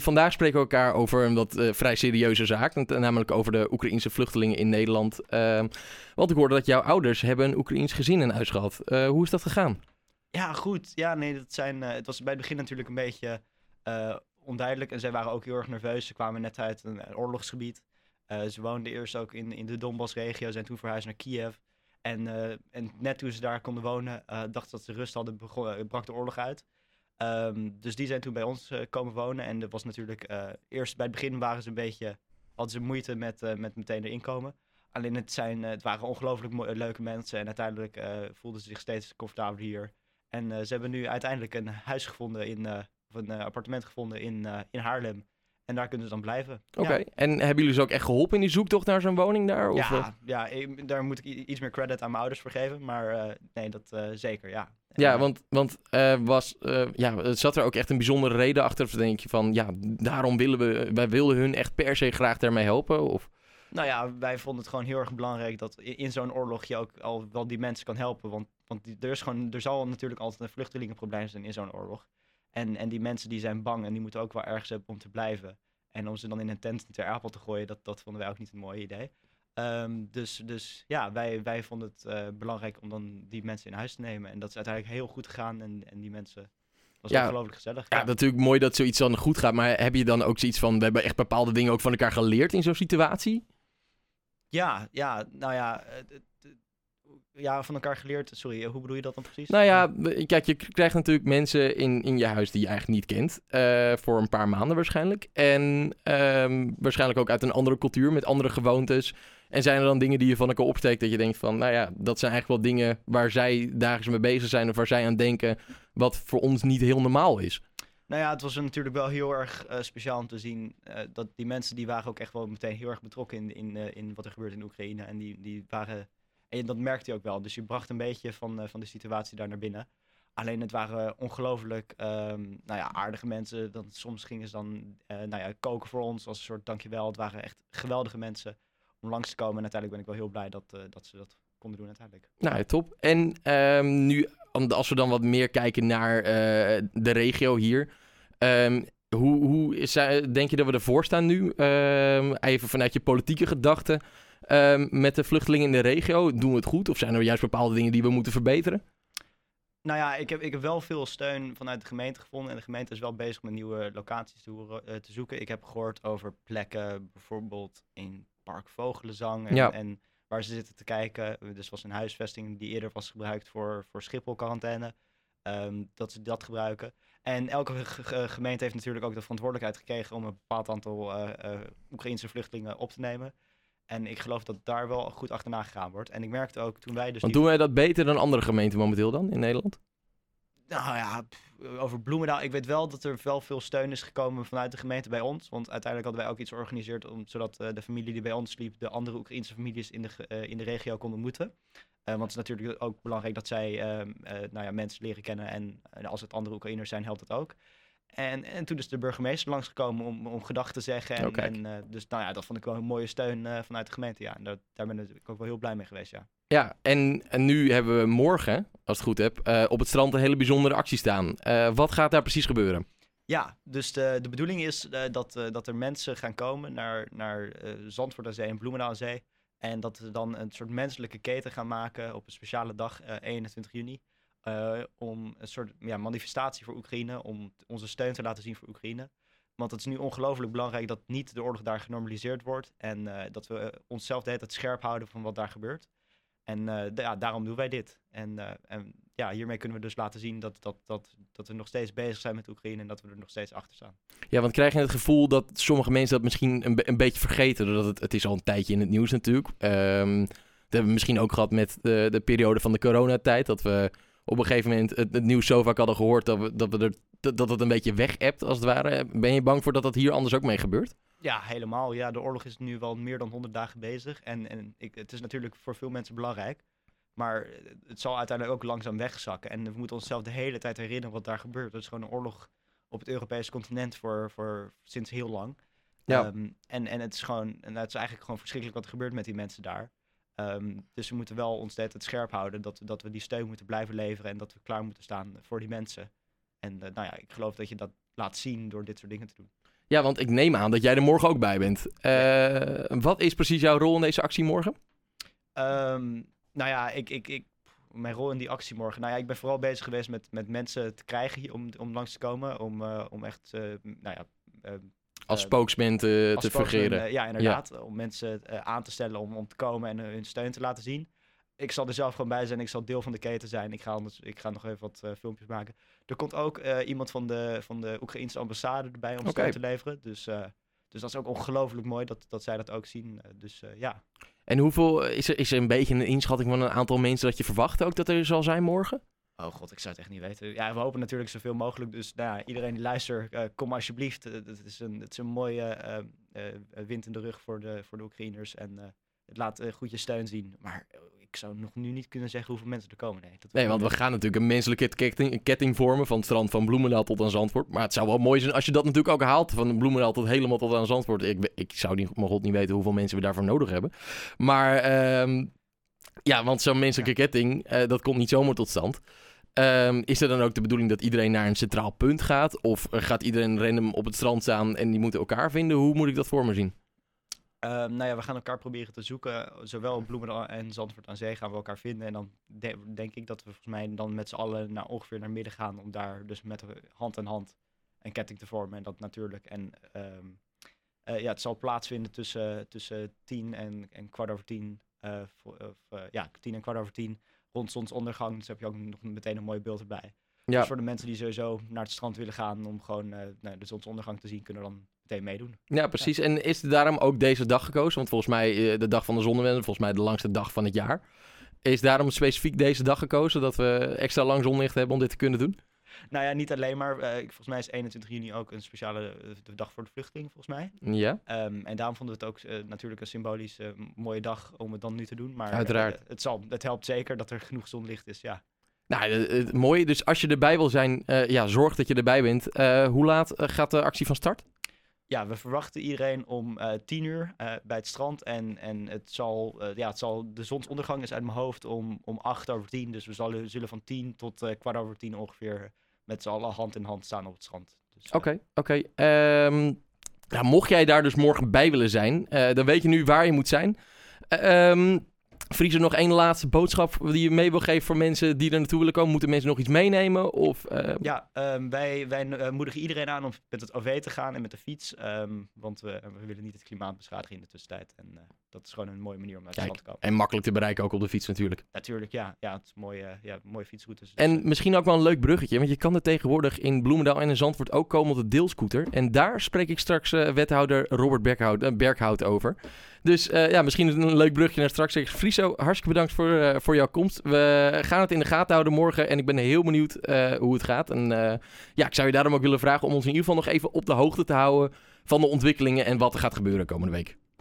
Vandaag spreken we elkaar over een wat vrij serieuze zaak, namelijk over de Oekraïense vluchtelingen in Nederland. Want ik hoorde dat jouw ouders hebben een Oekraïens gezin in huis gehad. Hoe is dat gegaan? Ja, goed. Ja, nee, het was bij het begin natuurlijk een beetje onduidelijk. En zij waren ook heel erg nerveus. Ze kwamen net uit een oorlogsgebied. Ze woonden eerst ook in de Donbass-regio, zijn toen verhuisd naar Kiev. En net toen ze daar konden wonen, dachten dat ze rust hadden, brak de oorlog uit. Dus die zijn toen bij ons komen wonen. En dat was natuurlijk, eerst bij het begin hadden ze moeite met meteen erin komen. Alleen het waren ongelooflijk leuke mensen. En uiteindelijk voelden ze zich steeds comfortabeler hier. En ze hebben nu uiteindelijk een huis gevonden of een appartement gevonden in Haarlem. En daar kunnen ze dan blijven. Oké. Ja. En hebben jullie ze ook echt geholpen in die zoektocht naar zo'n woning daar? Of? Daar moet ik iets meer credit aan mijn ouders voor geven. Maar nee, dat zeker, ja. Ja, want zat er ook echt een bijzondere reden achter? Of denk je van, ja, daarom wij wilden hun echt per se graag daarmee helpen? Of? Nou ja, wij vonden het gewoon heel erg belangrijk dat in zo'n oorlog je ook al wel die mensen kan helpen. Want er zal natuurlijk altijd een vluchtelingenprobleem zijn in zo'n oorlog. En die mensen die zijn bang en die moeten ook wel ergens hebben om te blijven. En om ze dan in een tent ter Apel te gooien, dat vonden wij ook niet een mooi idee. Dus ja, wij vonden het belangrijk om dan die mensen in huis te nemen. En dat is uiteindelijk heel goed gegaan en die mensen... was ongelooflijk gezellig. Ja, natuurlijk mooi dat zoiets dan goed gaat. Maar heb je dan ook zoiets van, we hebben echt bepaalde dingen ook van elkaar geleerd in zo'n situatie? Ja, van elkaar geleerd. Sorry, hoe bedoel je dat dan precies? Nou ja, kijk, je krijgt natuurlijk mensen in je huis die je eigenlijk niet kent. Voor een paar maanden waarschijnlijk. En waarschijnlijk ook uit een andere cultuur met andere gewoontes. En zijn er dan dingen die je van elkaar opsteekt dat je denkt van... Nou ja, dat zijn eigenlijk wel dingen waar zij dagelijks mee bezig zijn... of waar zij aan denken, wat voor ons niet heel normaal is. Nou ja, het was natuurlijk wel heel erg speciaal om te zien... dat die mensen die waren ook echt wel meteen heel erg betrokken in wat er gebeurt in Oekraïne. En die waren... En dat merkte je ook wel. Dus je bracht een beetje van de situatie daar naar binnen. Alleen het waren ongelooflijk aardige mensen. Soms gingen ze dan koken voor ons als een soort dankjewel. Het waren echt geweldige mensen om langs te komen. En uiteindelijk ben ik wel heel blij dat ze dat konden doen uiteindelijk. Nou ja, top. En nu, als we dan wat meer kijken naar de regio hier... denk je dat we ervoor staan nu? Even vanuit je politieke gedachten... met de vluchtelingen in de regio, doen we het goed? Of zijn er juist bepaalde dingen die we moeten verbeteren? Nou ja, ik heb wel veel steun vanuit de gemeente gevonden. En de gemeente is wel bezig met nieuwe locaties te zoeken. Ik heb gehoord over plekken, bijvoorbeeld in Park Vogelenzang. En waar ze zitten te kijken. Dus was een huisvesting die eerder was gebruikt voor Schiphol-quarantaine. Dat ze dat gebruiken. En elke gemeente heeft natuurlijk ook de verantwoordelijkheid gekregen om een bepaald aantal Oekraïnse vluchtelingen op te nemen. En ik geloof dat daar wel goed achterna gegaan wordt. En ik merkte ook toen wij dus... Want doen wij dat beter dan andere gemeenten momenteel dan in Nederland? Nou ja, over Bloemendaal. Ik weet wel dat er wel veel steun is gekomen vanuit de gemeente bij ons. Want uiteindelijk hadden wij ook iets georganiseerd... zodat de familie die bij ons sliep... de andere Oekraïnse families in de regio kon ontmoeten. Want het is natuurlijk ook belangrijk dat zij mensen leren kennen. En als het andere Oekraïners zijn, helpt dat ook. En toen is de burgemeester langsgekomen om gedag te zeggen. Dus nou ja, dat vond ik wel een mooie steun vanuit de gemeente. Ja. En daar ben ik ook wel heel blij mee geweest, ja. Ja, en nu hebben we morgen, als ik het goed heb, op het strand een hele bijzondere actie staan. Wat gaat daar precies gebeuren? Ja, dus de bedoeling is dat er mensen gaan komen naar Zandvoort aan Zee en Bloemendaal aan Zee. En dat we dan een soort menselijke keten gaan maken op een speciale dag, 21 juni. Om een soort manifestatie voor Oekraïne, om onze steun te laten zien voor Oekraïne. Want het is nu ongelooflijk belangrijk dat niet de oorlog daar genormaliseerd wordt. En dat we onszelf de hele tijd scherp houden van wat daar gebeurt. En daarom doen wij dit. En hiermee kunnen we dus laten zien dat we nog steeds bezig zijn met Oekraïne en dat we er nog steeds achter staan. Ja, want krijg je het gevoel dat sommige mensen dat misschien een beetje vergeten, doordat het is al een tijdje in het nieuws natuurlijk. Dat hebben we misschien ook gehad met de periode van de coronatijd, dat we op een gegeven moment het nieuws zo vaak hadden gehoord dat het een beetje weg-appt als het ware. Ben je bang voor dat hier anders ook mee gebeurt? Ja, helemaal. Ja, de oorlog is nu wel meer dan 100 dagen bezig. Het is natuurlijk voor veel mensen belangrijk. Maar het zal uiteindelijk ook langzaam wegzakken. En we moeten onszelf de hele tijd herinneren wat daar gebeurt. Het is gewoon een oorlog op het Europese continent voor sinds heel lang. Ja. En het is eigenlijk gewoon verschrikkelijk wat er gebeurt met die mensen daar. Dus we moeten wel ons de hele tijd scherp houden dat we die steun moeten blijven leveren en dat we klaar moeten staan voor die mensen. En ik geloof dat je dat laat zien door dit soort dingen te doen. Ja, want ik neem aan dat jij er morgen ook bij bent. Wat is precies jouw rol in deze actie morgen? Nou ja, mijn rol in die actie morgen. Nou ja, ik ben vooral bezig geweest met mensen te krijgen hier om langs te komen. Om echt, Als spokesman te als spokesman, fungeren. ja, inderdaad. Om mensen aan te stellen om te komen en hun steun te laten zien. Ik zal er zelf gewoon bij zijn. Ik zal deel van de keten zijn. Ik ga nog even wat filmpjes maken. Er komt ook iemand van de Oekraïense ambassade erbij om steun te leveren. Dus dat is ook ongelooflijk mooi dat zij dat ook zien. Ja. En hoeveel is er een beetje een inschatting van een aantal mensen dat je verwacht ook dat er zal zijn morgen? Oh god, ik zou het echt niet weten. Ja, we hopen natuurlijk zoveel mogelijk. Dus nou ja, iedereen die luistert, kom alsjeblieft. Het is een mooie wind in de rug voor de Oekraïners. En het laat goed je steun zien. Maar ik zou nog nu niet kunnen zeggen hoeveel mensen er komen. Nee, want we gaan natuurlijk een menselijke ketting vormen. Van het strand van Bloemendaal tot aan Zandvoort. Maar het zou wel mooi zijn als je dat natuurlijk ook haalt. Van Bloemendaal tot helemaal tot aan Zandvoort. Ik zou mijn god niet weten hoeveel mensen we daarvoor nodig hebben. Maar ja, want zo'n menselijke ketting, dat komt niet zomaar tot stand. Is er dan ook de bedoeling dat iedereen naar een centraal punt gaat? Of gaat iedereen random op het strand staan en die moeten elkaar vinden? Hoe moet ik dat voor me zien? Nou ja, we gaan elkaar proberen te zoeken. Zowel op Bloemendaal en Zandvoort aan Zee gaan we elkaar vinden. En dan denk ik dat we volgens mij dan met z'n allen ongeveer naar midden gaan. Om daar dus met hand in hand een ketting te vormen. En dat natuurlijk. En ja, het zal plaatsvinden tussen 10 en 10:15. 10 en 10:15 rond zonsondergang. Dus heb je ook nog meteen een mooi beeld erbij. Ja. Dus voor de mensen die sowieso naar het strand willen gaan om gewoon de zonsondergang te zien, kunnen dan meteen meedoen. Ja, precies. Ja. En is er daarom ook deze dag gekozen? Want volgens mij de dag van de zonnewende, volgens mij de langste dag van het jaar. Is daarom specifiek deze dag gekozen, dat we extra lang zonlicht hebben om dit te kunnen doen? Nou ja, niet alleen maar. Volgens mij is 21 juni ook een speciale dag voor de vluchteling, volgens mij. Ja. En daarom vonden we het ook natuurlijk een symbolisch mooie dag om het dan nu te doen. Maar uiteraard. Het helpt zeker dat er genoeg zonlicht is, ja. Nou, het mooie. Dus als je erbij wil zijn, zorg dat je erbij bent. Hoe laat gaat de actie van start? Ja, we verwachten iedereen om 10 uur bij het strand. En het zal, de zonsondergang is uit mijn hoofd om 9:08. Dus we zullen van 10 tot 10:15 ongeveer met z'n allen hand in hand staan op het strand. Dus, Oké. Nou, mocht jij daar dus morgen bij willen zijn, dan weet je nu waar je moet zijn. Friese, nog één laatste boodschap die je mee wil geven voor mensen die er naartoe willen komen? Moeten mensen nog iets meenemen? Of, Ja, wij moedigen iedereen aan om met het OV te gaan en met de fiets. Want we willen niet het klimaat beschadigen in de tussentijd. En dat is gewoon een mooie manier om naar het strand te komen. En makkelijk te bereiken ook op de fiets natuurlijk. Natuurlijk, ja. Ja, het is mooie fietsroutes. En misschien ook wel een leuk bruggetje. Want je kan er tegenwoordig in Bloemendaal en in Zandvoort ook komen op de deelscooter. En daar spreek ik straks wethouder Robert Berghout over. Dus misschien een leuk brugje naar straks. Friso, hartstikke bedankt voor jouw komst. We gaan het in de gaten houden morgen. En ik ben heel benieuwd hoe het gaat. En ik zou je daarom ook willen vragen om ons in ieder geval nog even op de hoogte te houden van de ontwikkelingen en wat er gaat gebeuren komende week.